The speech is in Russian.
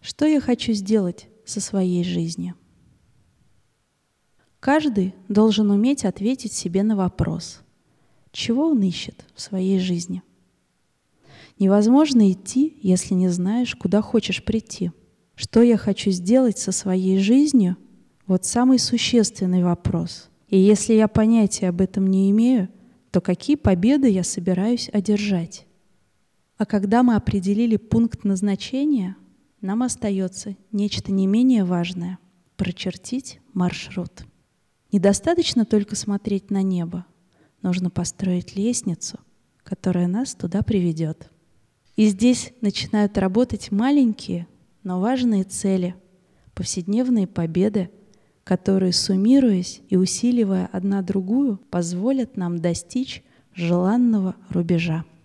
Что я хочу сделать со своей жизнью? Каждый должен уметь ответить себе на вопрос, чего он ищет в своей жизни. Невозможно идти, если не знаешь, куда хочешь прийти. Что я хочу сделать со своей жизнью? Вот самый существенный вопрос. И если я понятия об этом не имею, то какие победы я собираюсь одержать? А когда мы определили пункт назначения, нам остается нечто не менее важное — прочертить маршрут. Недостаточно только смотреть на небо. Нужно построить лестницу, которая нас туда приведет. И здесь начинают работать маленькие, но важные цели, повседневные победы, которые, суммируясь и усиливая одна другую, позволят нам достичь желанного рубежа.